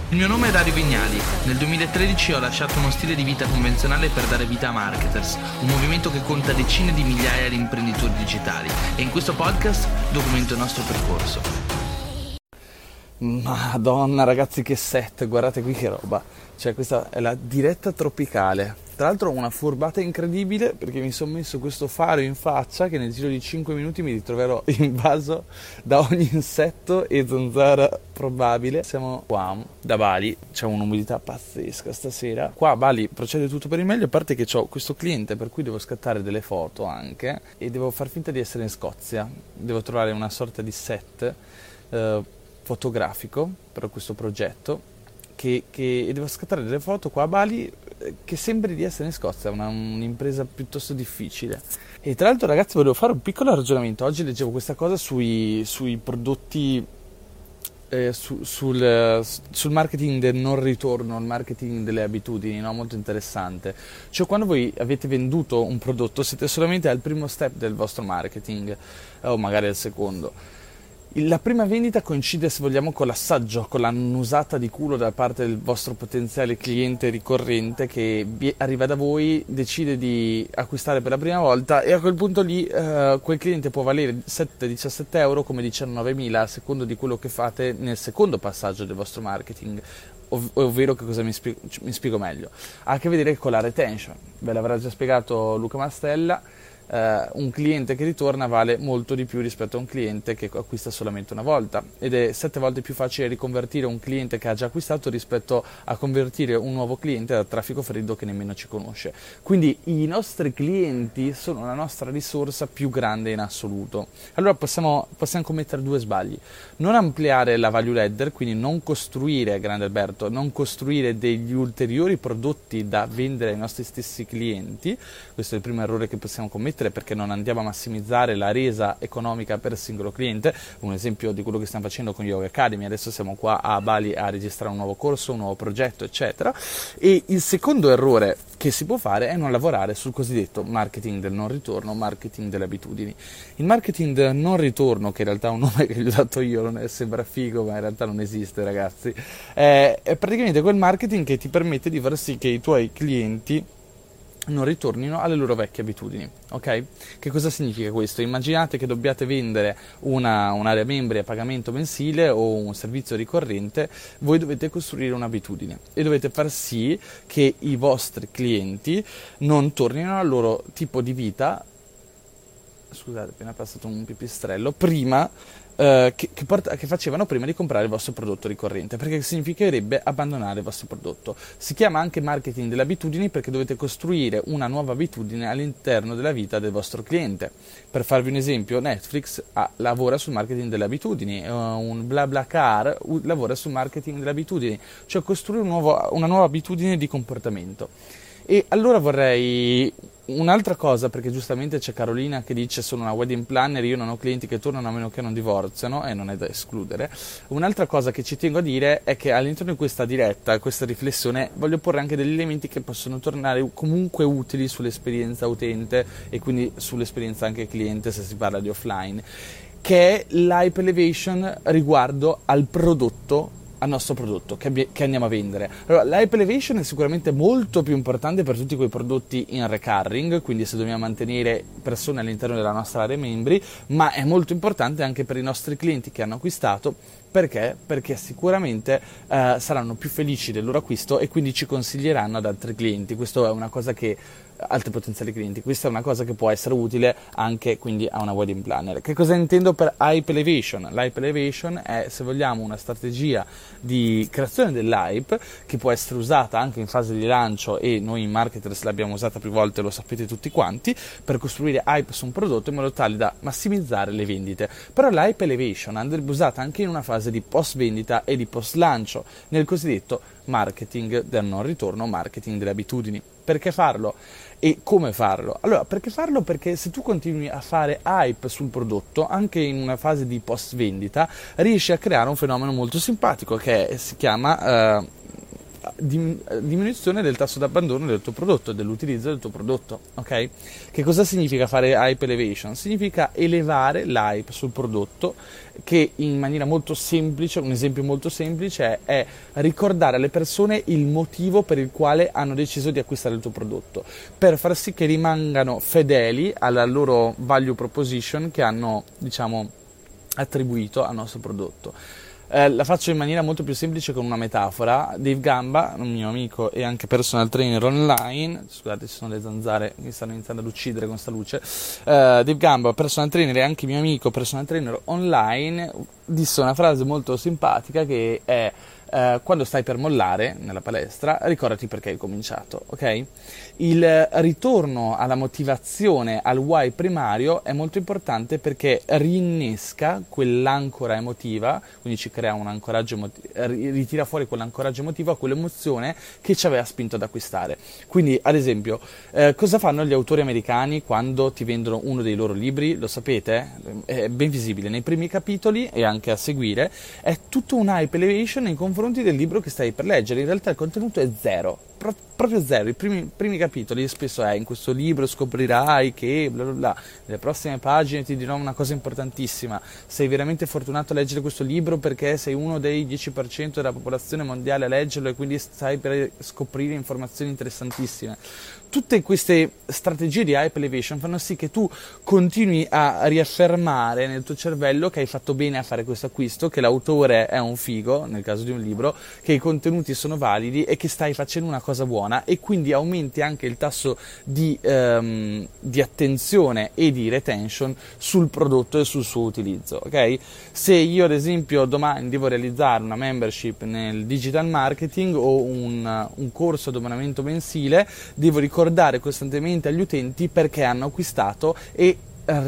Il mio nome è Dario Vignali. Nel 2013 ho lasciato uno stile di vita convenzionale per dare vita a Marketers, un movimento che conta decine di migliaia di imprenditori digitali, e in questo podcast documento il nostro percorso. Madonna ragazzi, che set, guardate qui che roba. Cioè, questa è la diretta tropicale. Tra l'altro ho una furbata incredibile perché mi sono messo questo faro in faccia che nel giro di 5 minuti mi ritroverò invaso da ogni insetto e zanzara probabile. Siamo qua da Bali, c'è un'umidità pazzesca stasera. Qua a Bali procede tutto per il meglio, a parte che ho questo cliente per cui devo scattare delle foto anche e devo far finta di essere in Scozia. Devo trovare una sorta di set fotografico per questo progetto e devo scattare delle foto qua a Bali che sembri di essere in Scozia, un'impresa piuttosto difficile. E tra l'altro ragazzi volevo fare un piccolo ragionamento. Oggi leggevo questa cosa sui prodotti, sul marketing del non ritorno, il marketing delle abitudini, no? Molto interessante. Cioè, quando voi avete venduto un prodotto siete solamente al primo step del vostro marketing, o magari al secondo. La prima vendita coincide, se vogliamo, con l'assaggio, con l'annusata di culo da parte del vostro potenziale cliente ricorrente che arriva da voi, decide di acquistare per la prima volta, e a quel punto lì quel cliente può valere 7-17 euro come 19.000 a secondo di quello che fate nel secondo passaggio del vostro marketing. Ovvero, che cosa mi spiego meglio? Ha a che vedere con la retention. Ve l'avrà già spiegato Luca Mastella. Un cliente che ritorna vale molto di più rispetto a un cliente che acquista solamente una volta, ed è 7 volte più facile riconvertire un cliente che ha già acquistato rispetto a convertire un nuovo cliente da traffico freddo che nemmeno ci conosce. Quindi i nostri clienti sono la nostra risorsa più grande in assoluto. Allora possiamo commettere due sbagli: non ampliare la value ladder, quindi non costruire, grande Alberto, non costruire degli ulteriori prodotti da vendere ai nostri stessi clienti. Questo è il primo errore che possiamo commettere, perché non andiamo a massimizzare la resa economica per singolo cliente. Un esempio di quello che stiamo facendo con Yoga Academy: adesso siamo qua a Bali a registrare un nuovo corso, un nuovo progetto, eccetera. E il secondo errore che si può fare è non lavorare sul cosiddetto marketing del non ritorno, marketing delle abitudini. Il marketing del non ritorno, che in realtà è un nome che gli ho dato io, sembra figo ma in realtà non esiste, ragazzi, è praticamente quel marketing che ti permette di far sì che i tuoi clienti non ritornino alle loro vecchie abitudini, ok? Che cosa significa questo? Immaginate che dobbiate vendere un'area membri a pagamento mensile o un servizio ricorrente. Voi dovete costruire un'abitudine e dovete far sì che i vostri clienti non tornino al loro tipo di vita. Scusate, appena passato un pipistrello. Prima che facevano prima di comprare il vostro prodotto ricorrente, perché significherebbe abbandonare il vostro prodotto. Si chiama anche marketing delle abitudini perché dovete costruire una nuova abitudine all'interno della vita del vostro cliente. Per farvi un esempio, Netflix lavora sul marketing delle abitudini, un BlaBlaCar lavora sul marketing delle abitudini, cioè costruire una nuova abitudine di comportamento. E allora vorrei un'altra cosa, perché giustamente c'è Carolina che dice: sono una wedding planner, io non ho clienti che tornano a meno che non divorziano, e non è da escludere. Un'altra cosa che ci tengo a dire è che all'interno di questa diretta, questa riflessione, voglio porre anche degli elementi che possono tornare comunque utili sull'esperienza utente e quindi sull'esperienza anche cliente, se si parla di offline, che è l'hype elevation riguardo al prodotto, al nostro prodotto che andiamo a vendere. Allora, l'hype elevation è sicuramente molto più importante per tutti quei prodotti in recurring, quindi se dobbiamo mantenere persone all'interno della nostra area membri, ma è molto importante anche per i nostri clienti che hanno acquistato. Perché? Perché sicuramente saranno più felici del loro acquisto e quindi ci consiglieranno ad altri clienti. Questo è una cosa che altri potenziali clienti. Questa è una cosa che può essere utile anche quindi a una wedding planner. Che cosa intendo per hype elevation? L'hype elevation è, se vogliamo, una strategia di creazione dell'hype che può essere usata anche in fase di lancio, e noi in Marketers l'abbiamo usata più volte, lo sapete tutti quanti, per costruire hype su un prodotto in modo tale da massimizzare le vendite. Però l'hype elevation andrebbe usata anche in una fase di post vendita e di post lancio, nel cosiddetto marketing del non ritorno, marketing delle abitudini. Perché farlo? E come farlo? Allora, perché farlo? Perché se tu continui a fare hype sul prodotto, anche in una fase di post vendita, riesci a creare un fenomeno molto simpatico che si chiama diminuzione del tasso d'abbandono del tuo prodotto, dell'utilizzo del tuo prodotto, ok? Che cosa significa fare hype elevation? Significa elevare l'hype sul prodotto, che in maniera molto semplice, un esempio molto semplice è ricordare alle persone il motivo per il quale hanno deciso di acquistare il tuo prodotto, per far sì che rimangano fedeli alla loro value proposition che hanno, diciamo, attribuito al nostro prodotto. La faccio in maniera molto più semplice con una metafora. Dave Gamba, un mio amico e anche personal trainer online, scusate, ci sono le zanzare che mi stanno iniziando ad uccidere con sta luce. Dave Gamba, personal trainer e anche mio amico personal trainer online, disse una frase molto simpatica che è: quando stai per mollare nella palestra, ricordati perché hai cominciato, ok? Il ritorno alla motivazione, al why primario è molto importante perché rinnesca quell'ancora emotiva, quindi ci crea un ancoraggio ritira fuori quell'ancoraggio emotivo a quell'emozione che ci aveva spinto ad acquistare. Quindi, ad esempio, cosa fanno gli autori americani quando ti vendono uno dei loro libri? Lo sapete? È ben visibile nei primi capitoli e anche a seguire, è tutto un hype elevation nei confronti del libro che stai per leggere. In realtà il contenuto è zero, proprio zero. I primi capitoli spesso è: in questo libro scoprirai che bla bla bla, nelle prossime pagine ti dirò una cosa importantissima, sei veramente fortunato a leggere questo libro perché sei uno dei 10% della popolazione mondiale a leggerlo e quindi stai per scoprire informazioni interessantissime. Tutte queste strategie di hype elevation fanno sì che tu continui a riaffermare nel tuo cervello che hai fatto bene a fare questo acquisto, che l'autore è un figo, nel caso di un libro, che i contenuti sono validi e che stai facendo una cosa buona, e quindi aumenti anche il tasso di attenzione e di retention sul prodotto e sul suo utilizzo, ok? Se io ad esempio domani devo realizzare una membership nel digital marketing o un corso ad abbonamento mensile, devo ricordare costantemente agli utenti perché hanno acquistato e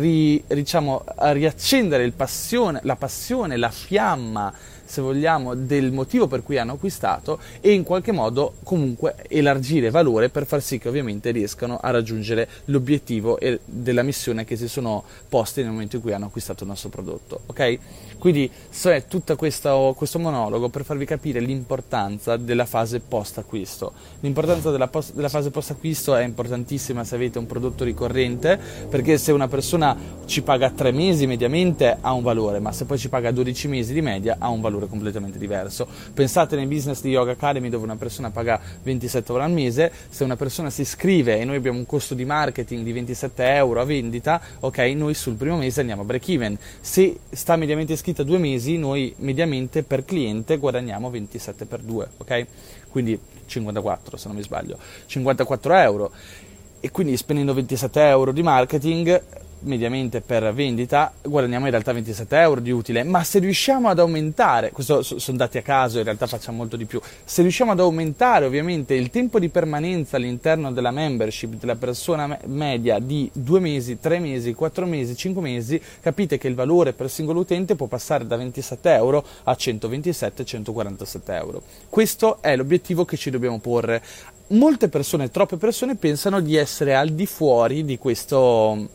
riaccendere la passione, la fiamma, se vogliamo, del motivo per cui hanno acquistato, e in qualche modo comunque elargire valore per far sì che ovviamente riescano a raggiungere l'obiettivo della missione che si sono posti nel momento in cui hanno acquistato il nostro prodotto, ok? Quindi è tutto questo monologo per farvi capire l'importanza della fase post-acquisto. L'importanza della fase post-acquisto è importantissima se avete un prodotto ricorrente, perché se una persona ci paga 3 mesi mediamente ha un valore, ma se poi ci paga 12 mesi di media ha un valore completamente diverso. Pensate nel business di Yoga Academy, dove una persona paga 27 euro al mese, se una persona si iscrive e noi abbiamo un costo di marketing di 27 euro a vendita, ok, noi sul primo mese andiamo a break even. Se sta mediamente iscritta 2 mesi, noi mediamente per cliente guadagniamo 27 per 2, ok? Quindi 54, se non mi sbaglio, 54 euro. E quindi spendendo 27 euro di marketing mediamente per vendita guadagniamo in realtà 27 euro di utile. Ma se riusciamo ad aumentare, questo sono dati a caso, in realtà facciamo molto di più, se riusciamo ad aumentare ovviamente il tempo di permanenza all'interno della membership della persona media di 2 mesi, 3 mesi, 4 mesi, 5 mesi, capite che il valore per singolo utente può passare da 27 euro a 127, 147 euro. Questo è l'obiettivo che ci dobbiamo porre. Molte persone, troppe persone, pensano di essere al di fuori di questo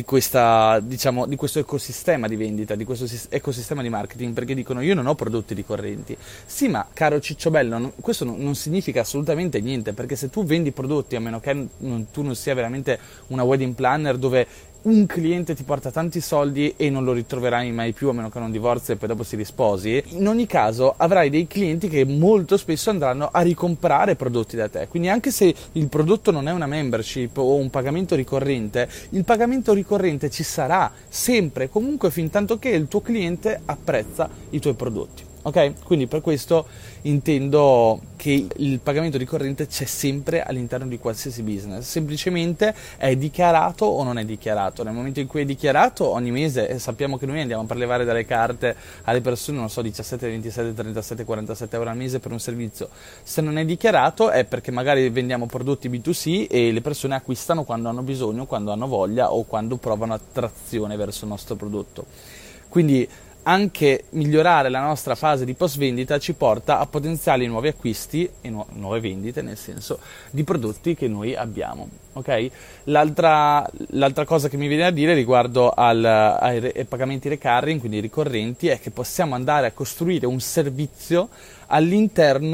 ecosistema di vendita, di questo ecosistema di marketing, perché dicono: io non ho prodotti ricorrenti. Sì, ma caro cicciobello, questo non significa assolutamente niente, perché se tu vendi prodotti, a meno che tu non sia veramente una wedding planner dove un cliente ti porta tanti soldi e non lo ritroverai mai più a meno che non divorzi e poi dopo si risposi, in ogni caso avrai dei clienti che molto spesso andranno a ricomprare prodotti da te. Quindi anche se il prodotto non è una membership o un pagamento ricorrente, il pagamento ricorrente ci sarà sempre, comunque, fin tanto che il tuo cliente apprezza i tuoi prodotti. Ok? Quindi per questo intendo che il pagamento ricorrente c'è sempre all'interno di qualsiasi business, semplicemente è dichiarato o non è dichiarato. Nel momento in cui è dichiarato, ogni mese, e sappiamo che noi andiamo a prelevare dalle carte alle persone, non so, 17, 27, 37, 47 euro al mese per un servizio. Se non è dichiarato è perché magari vendiamo prodotti B2C e le persone acquistano quando hanno bisogno, quando hanno voglia o quando provano attrazione verso il nostro prodotto. Quindi anche migliorare la nostra fase di post vendita ci porta a potenziali nuovi acquisti e nuove vendite, nel senso di prodotti che noi abbiamo. Ok? L'altra cosa che mi viene a dire riguardo ai pagamenti recurring, quindi ricorrenti, è che possiamo andare a costruire un servizio all'interno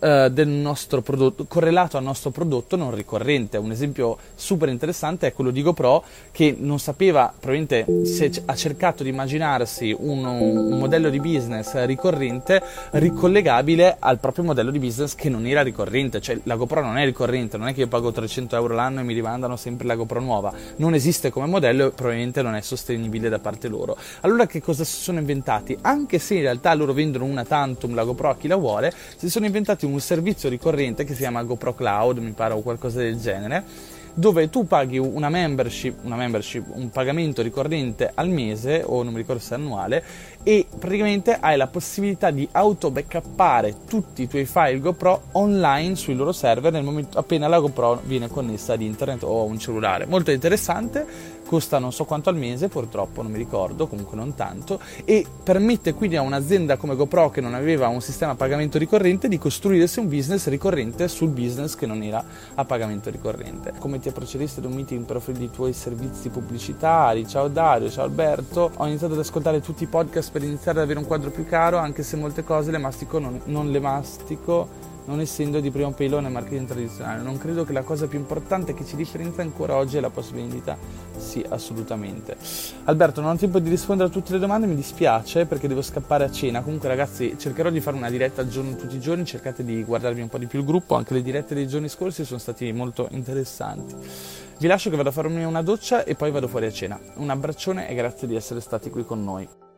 del nostro prodotto, correlato al nostro prodotto non ricorrente. Un esempio super interessante è quello di GoPro, che non sapeva, probabilmente ha cercato di immaginarsi un modello di business ricorrente ricollegabile al proprio modello di business che non era ricorrente. Cioè la GoPro non è ricorrente, non è che io pago 300 euro l'anno e mi rimandano sempre la GoPro nuova, non esiste come modello e probabilmente non è sostenibile da parte loro. Allora che cosa si sono inventati? Anche se in realtà loro vendono una tantum la GoPro a chi la vuole, si sono inventati un servizio ricorrente che si chiama GoPro Cloud, mi pare, o qualcosa del genere, dove tu paghi una membership, un pagamento ricorrente al mese, o non mi ricordo se è annuale, e praticamente hai la possibilità di auto-backuppare tutti i tuoi file GoPro online sui loro server nel momento appena la GoPro viene connessa ad internet o a un cellulare. Molto interessante, costa non so quanto al mese, purtroppo non mi ricordo, comunque non tanto, e permette quindi a un'azienda come GoPro, che non aveva un sistema a pagamento ricorrente, di costruirsi un business ricorrente sul business che non era a pagamento ricorrente. Come ti approcceresti ad un meeting per offrire i tuoi servizi pubblicitari? Ciao Dario, ciao Alberto, ho iniziato ad ascoltare tutti i podcast per iniziare ad avere un quadro più chiaro, anche se molte cose non le mastico, non essendo di primo pelo nel marketing tradizionale. Non credo che la cosa più importante che ci differenzia ancora oggi è la possibilità. Sì, assolutamente. Alberto, non ho tempo di rispondere a tutte le domande, mi dispiace perché devo scappare a cena. Comunque ragazzi, cercherò di fare una diretta al giorno tutti i giorni, cercate di guardarvi un po' di più il gruppo, anche le dirette dei giorni scorsi sono stati molto interessanti. Vi lascio che vado a farmi una doccia e poi vado fuori a cena. Un abbraccione e grazie di essere stati qui con noi.